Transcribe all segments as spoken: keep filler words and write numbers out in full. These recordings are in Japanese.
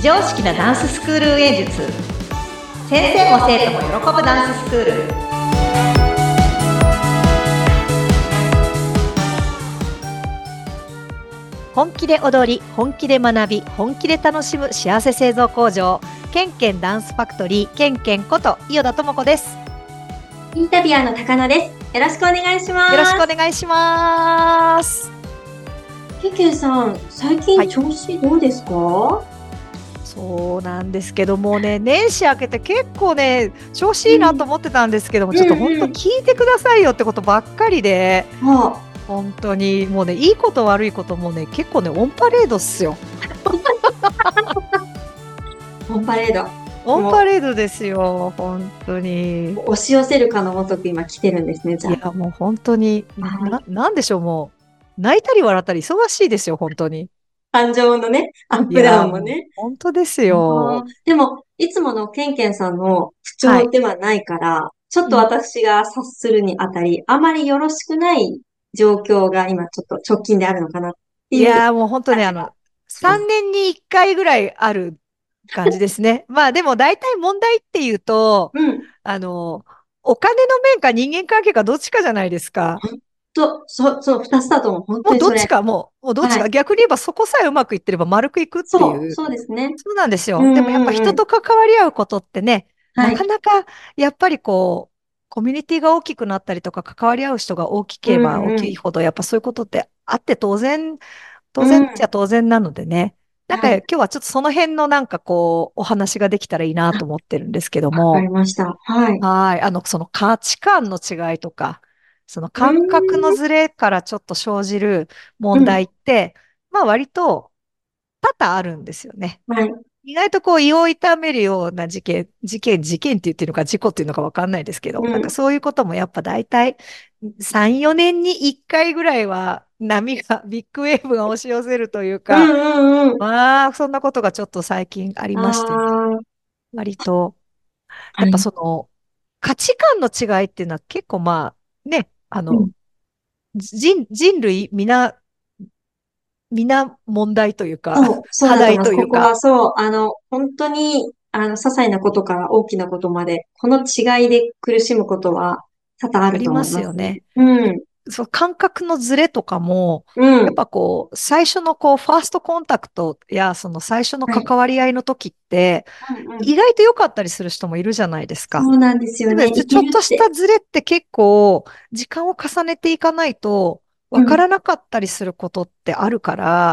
常識なダンススクール運営術。先生も生徒も喜ぶダンススクール。本気で踊り、本気で学び、本気で楽しむ幸せ製造工場、ケンケンダンスファクトリー、ケンケンこと伊予田智子です。 インタビュアーの高野です。よろしくお願いします。 よろしくお願いします。 ケンケンさん、最近調子どうですか？はい、 そうなんですけどもね、年始明けて結構ね、調子いいなと思ってたんですけども、うん、ちょっと本当聞いてくださいよってことばっかりで、うんうん、本当にもうね、いいこと悪いこともね、結構ね、オンパレードっすよ。 オンパレード。 オンパレードですよ、本当に。 押し寄せるかのごとく今来てるんですね、じゃあ。 いや、もう本当に、な、なんでしょう、もう、泣いたり笑ったり忙しいですよ、本当に。 感情のね、アップダウンもね。 本当ですよ。 でも、いつものケンケンさんの不調ではないから、はい、ちょっと私が察するにあたり、うん、あまりよろしくない状況が今ちょっと直近であるのかなっていう。 いや、もう本当ね、あの、さんねんにいっかいぐらいある感じですね。まあでも大体問題っていうと、うん、あの、お金の面か人間関係かどっちかじゃないですか。 と、そう、そう、二つだと思う。本当もうにそれ。 どっちか、もう、もうどっちか、はい、逆に言えばそこさえうまくいってれば丸くいくっていう。 そう、そうですね。 そうなんですよ。 うんうんうん、 でもやっぱ人と関わり合うことってね、 はい、 なかなかやっぱりこう、コミュニティが大きくなったりとか関わり合う人が大きければ大きいほど、やっぱそういうことってあって当然、当然っちゃ当然なのでね。うん、なんか今日はちょっとその辺のなんかこう、お話ができたらいいなと思ってるんですけども。 わかりました。はい。 はい。あの、その価値観の違いとか、その感覚のズレからちょっと生じる問題って、うん、まあ割と多々あるんですよね。 はい。 意外とこう胃を痛めるような事件、事件、事件って言ってるのか事故っていうのかわかんないですけど、うん、なんかそういうこともやっぱ大体さん、よねんにいっかいぐらいは波が、ビッグウェーブが押し寄せるというか、うんうんうん、まあそんなことがちょっと最近ありましてね。割と、やっぱその価値観の違いっていうのは結構まあね、あの、うん、人、人類皆、皆問題というか、 そう、そう課だと思います。 題というか。 ここはそう、あの、本当に、あの、些細なことから大きなことまで、この違いで苦しむことは多々あると思いますね。 ありますよね。 うん。 そう、感覚のズレとかも、 うん、 やっぱこう、最初のこう、ファーストコンタクトや、その最初の関わり合いの時って、はい、うんうん、意外と良かったりする人もいるじゃないですか。 そうなんですよね。 でちょっとしたズレって結構、時間を重ねていかないと、わからなかったりすることってあるから、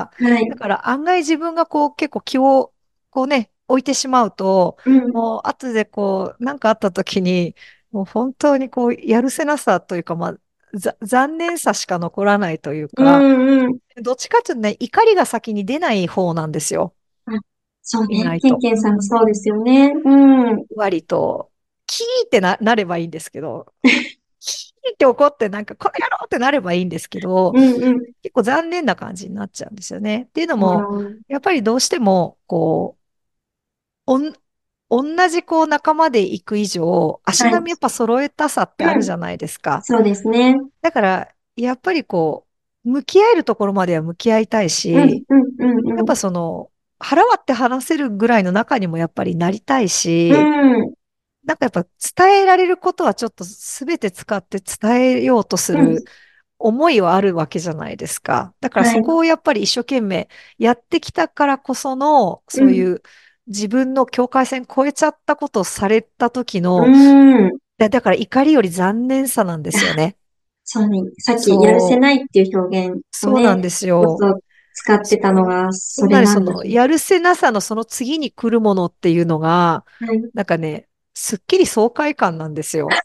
うん、はい、だから案外自分がこう、結構気を、こうね、置いてしまうと、うん、もう後でこう、なんかあった時に、もう本当にこう、やるせなさというか、まあ、残念さしか残らないというか、うんうん、どっちかっていうとね、怒りが先に出ない方なんですよ。 あ、そうね。 意外と。 ケンケンさんもそうですよね。うん。 割と、キーってな、なればいいんですけど、キーって怒ってなんか、この野郎ってなればいいんですけど、うんうん、結構残念な感じになっちゃうんですよね。っていうのも、うん、やっぱりどうしても、こう、おん、同じこう仲間で行く以上、足並みやっぱ揃えたさってあるじゃないですか。はい、うん、 そうですね。 だから、やっぱりこう、向き合えるところまでは向き合いたいし、 うんうんうんうん、 やっぱその、腹割って話せるぐらいの中にもやっぱりなりたいし、 うん、 なんかやっぱ伝えられることはちょっと全て使って伝えようとする思いはあるわけじゃないですか。だからそこをやっぱり一生懸命やってきたからこその、そういう自分の境界線超えちゃったことをされた時の、 うん、 だだから怒りより残念さなんですよね。 そうね。さっきやるせないっていう表現をね、 そうなんですよ。 使ってたのがそれつまりその、 なんですね。 やるせなさのその次に来るものっていうのが、 はい、 なんかね、すっきり爽快感なんですよ。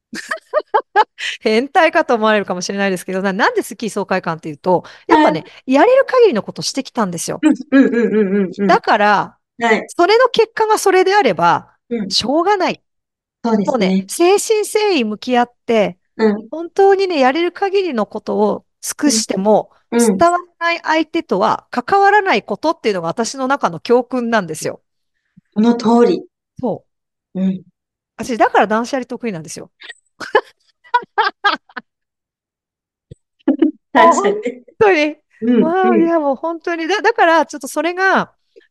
変態かと思われるかもしれないですけど、な、なんでスッキリ爽快感っていうと、やっぱね、 はい、 やれる限りのことしてきたんですよ。 うんうんうんうんうん。 だから、 はい、 それの結果がそれであれば、 うん、 しょうがない。 そうでもうね、 すね。 誠心誠意向き合って、 うん、 本当にね、やれる限りのことを尽くうん、 しても、 うん。 伝わらない相手とは関わらないことっていうのが私の中の教訓なんですよ。 この通り。 そう。 うん。 私、だから断捨離得意なんですよ。もう本確かに。 当に。 うん、 まあ、いうん、 や、もう本当に。だ、だから、ちょっとそれが、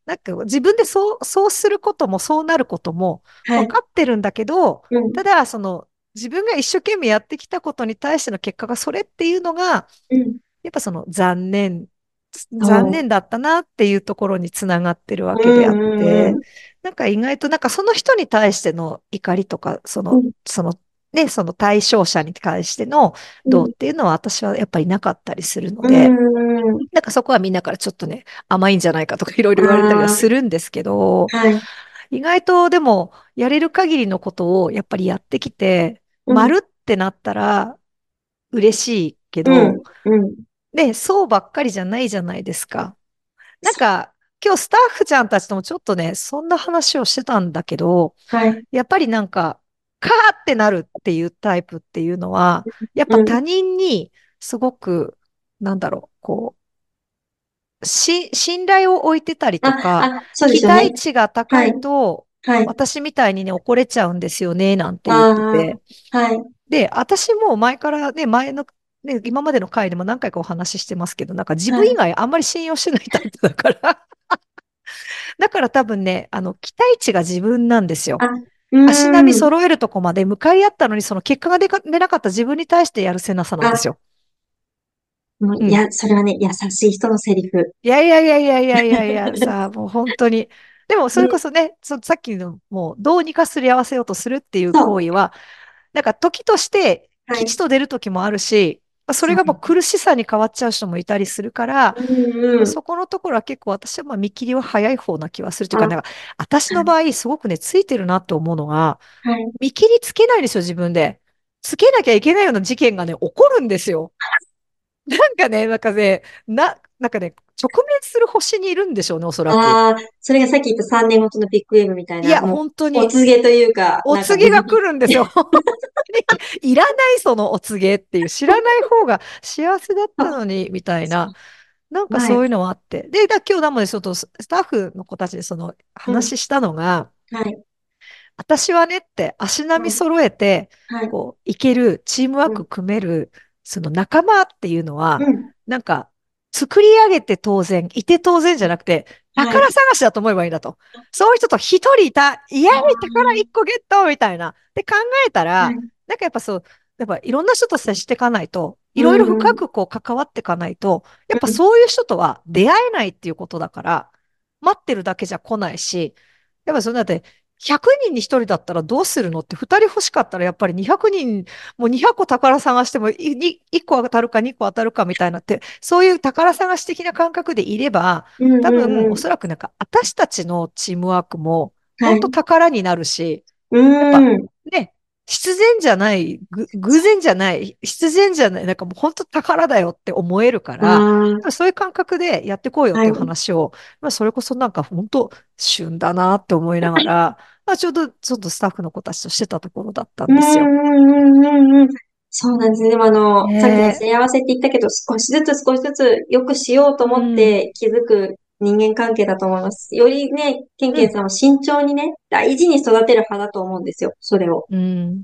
なんか自分でそう、そうすることもそうなることもはい。 分かってるんだけど、 うん。 ただ、その自分が一生懸命やってきたことに対しての結果がそれっていうのが、 うん。 やっぱその残念、残そ念だったなっていうところにつながってるわう。うけであっん。うて、 ん。 なんか意外となんかその人に対しての怒りとか、その、 うん。 そのね、その対象者に対してのうん。 どうっていうのは私はやっぱりなかったりするのうで、 ん。 なんかそこはみんなからちょっとね、甘いんじゃないかとかいろいろあ言われたりはすあ、 るんですけど、 はい。 意外とでもやれる限りのことをやっぱりやってきて、 うん。 丸ってなったら嬉しいけど、 うん。うん。 ね、そうばっかりじゃないじゃないですか。なんか今日スタッフちゃんたちともちょっとね、そんな話をしてたんだけど、 はい。 やっぱりなんか、カーってなるっていうタイプっていうのは、やっぱうん。 他人にすごく、なんだろう、こう、し、信頼を置いてたりとあ、 か、 あ、そうで期すよね。 待値が高はい。 いと、 はい。 私みたいにね、怒れちゃうんですよね、なんて言ってあて。 あ、はい。 で、私も前からね、前の、ね、今までの回でも何回かお話ししてますけど、なんか自分以はい。 外あんまり信用してないタイプだからだから多分ね、あの、期待値が自分なんですよ。 あ、う足並みーん。 揃えるとこまで向かい合ったのに、その結果が出か、出なかった自分に対してやるせなさなんですあ、 よ。 もう、 うん。 いや、それはね、優しい人のセリフ。 いやいやいやいやいやいやいや、さあ、もう本当に。でも、それこね、 そね、そさっきの、もう、どうにかすり合わせようとするっていうそう。 行為は、なんか時としてはい。 吉と出る時もあるし、まあそれそう。 がもう苦しさに変わっちゃう人もいたりするから、 うんうん。 まあそこのところは結構私はまあ見切りは早い方な気はするというか、 あ、 なんか私の場合すごくね、ついてるなと思うのが、 はい。 見切りつけないんですよ、自分で。つけなきゃいけないような事件がね、起こるんですよ。なんかね、なんかね、な、なんかね、直面する星にいるんでしょうね、おそらく。 ああ、それがさっき言ったさんねんごとのビッグウェーブみたいな、 いや、 もう、 本当に、 お告げというか、 おなんか告げが来水着。 るんですよ。本当にいらないそのお告げっていう、知らない方が幸せだっそう、 たのに、みたいな、なんかはい。 そういうのはあって。で、だ今日なので、ちょっとスタッフの子たちでそのうん。 話したのが、 はい。 私はねって足並みはい。 揃えて、 はい。 こう、いける、チームワーうん。 ク組める、その仲間っていうのは、 うん。 なんか、作り上げて当然、いて当然じゃなくて、 はい。 宝探しだと思えばいいんだと。そういう人と一人いた、いや、 あ宝一個ゲットみたいな。で考えたあ、はら、 い。 なんかやっぱそう、やっぱいろんな人と接していかないと、いうろいろん。うん。 深くこう関わっていかないと、やっぱそういう人とは出会えないっていうことだから、待ってるだけじゃ来ないし、やっぱそれだってひゃくにんにひとりだったらどうするのってふたり欲しかったらやっぱりにひゃくにん、もうにひゃっこ宝探してもいにいっこ当たるかにこ当たるかみたいなって、そういう宝探し的な感覚でいれば、 うん多分おうんうん。 そらくなんか私たちのチームワークもはい。 本当宝になるし、 うやっぱん。 ね、必然じゃない、ぐ偶然じゃない、必然じゃない、なんかもう本当宝だよって思えるかあら、 あ、 そういう感覚でやってこうよっていうはい。 話を、まあ、それこそなんか本当旬だなって思いながら、まあ、ちょうどちょっとスタッフの子たちとしてたところだったうんんですよ。 うんうんうんうん。そうなんですね。でもあの、さっきね、 ねえ。 すり合わせって言ったけど、少しずつ少しずつ良くしようとう思っん。 て気づく人間関係だと思います。よりね、ケンうん。 ケンさんは慎重にね、大事に育てる派だと思うんですよ。それを。 うん。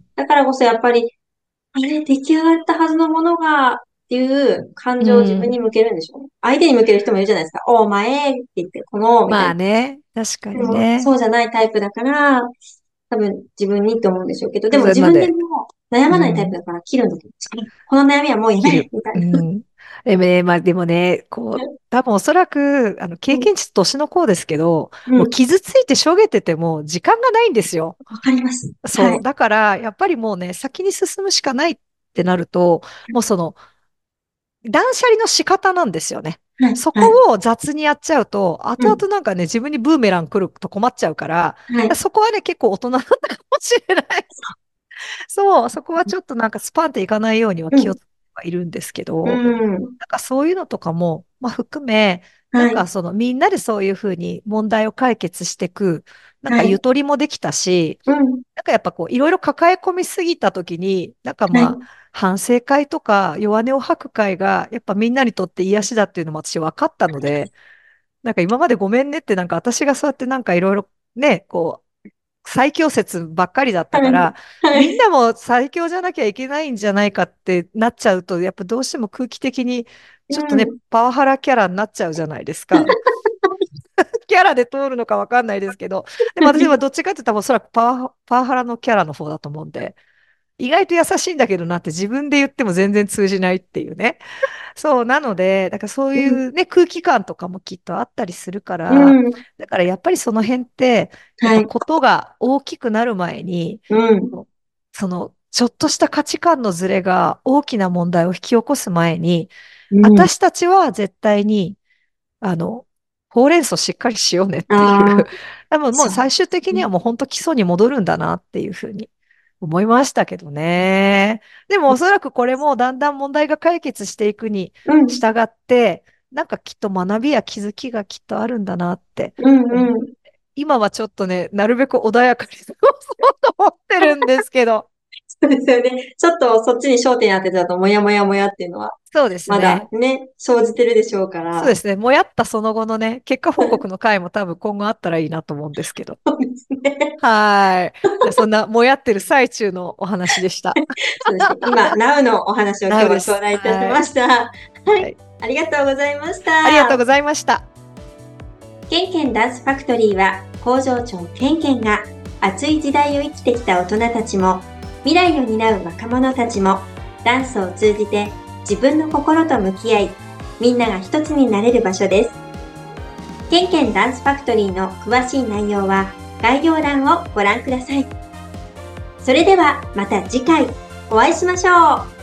だからこそやっぱり、あれ、出来上がったはずのものが、っていう感う情を自分にん。 向けるんでしょうね。相手に向ける人もいるじゃないですか。お前って言って、この、みたいまな。 あね。確かでも、 にね。 そうじゃないタイプだから、多分自分にって思うんでしょうけど、でも自分でそれなんで、 も悩まないタイプうん。 だから切るんだと思うんです。この悩みはもうやめる切る。 みたいな。 うん。でもね、まあでもね、こう、多分おそらく、あの、経うん、 験値年の子ですけど、もううん、 傷ついてしょげてても時間がないんですよ。 わかります。はそう。 い。 だから、やっぱりもうね、先に進むしかないってなると、もうその、断捨離の仕方なんですよね。 はい、 そこはい。 を雑にやっちゃうと、後うん、 々なんかね、自分にブーメラン来ると困っちゃうから、 はい。 そこはね、結構大人だったかもしれない。そう、そこはちょっとなんかスパンっていかないようにはうん、 気をつけてはいるんですけうど、 ん、 なんかそういうのとかも、まあ含め、なんはい、 かそのみんなでそういうふうに問題を解決していく、なんかゆはい。 とりもできたし、 うん、 なんかやっぱこういろいろ抱え込みすぎたときに、なんかはい。 まあ反省会とか弱音を吐く会がやっぱみんなにとって癒しだっていうのも私分かったので、なんか今までごめんねってなんか私がそうやってなんかいろいろね、こう最強説ばっかりだったはい、 から、 はい。 みんなも最強じゃなきゃいけないんじゃないかってなっちゃうと、やっぱどうしても空気的にうちょっとね、 ん。 パワハラキャラになっちゃうじゃないですか。 ャラで通るのかわかんないですけど、でも私はどっちかって言ったらおそらくパワ、パワハラのキャラの方だと思うんで、意外と優しいんだけどなって自分で言っても全然通じないっていうね。そう、なので、だからそううん、 いうね、空気感とかもきっとあったりするかうら、 ん、 だからやっぱりその辺って、やっはい、 ぱことが大きくなる前に、 うん、 その、ちょっとした価値観のズレが大きな問題を引き起こす前に、 うん。 私たちは絶対に、あの、ほうれん草しっかりしようねっていうああ、 多分もうそう最終的にはですね。 もう本当基礎に戻るんだなっていうふうに思いましたけどね。でもおそらくこれもだんだん問題が解決していくにうん、 従って、なんかきっと学びや気づきがきっとあるんだなってうん、 思う。 うん。 今はちょっとね、なるべく穏やかに過ごそうと思ってるんですけど。 そうですよね。ちょっとそっちに焦点当てちゃうと、もやもやもやっていうのは、 そうですまだね。 ね、生じてるでしょうから。 そうですね。もやったその後のね、結果報告の回も多分今後あったらいいなと思うんですけど。 そうですね。 はい。じゃあそんなもやってる最中のお話でした。 そうですね。今、ナウのお話を今日は頂なおです。 戴いたしはい。 ました。はい。 はい。 ありがとうございましありがとうた。 ございました。 ケンケンダンスファクトリーは工場長ケンケンが熱い時代を生きてきた大人たちも未来を担う若者たちもダンスを通じて自分の心と向き合いみんなが一つになれる場所です。ケンケンダンスファクトリーの詳しい内容は概要欄をご覧ください。それではまた次回お会いしましょう。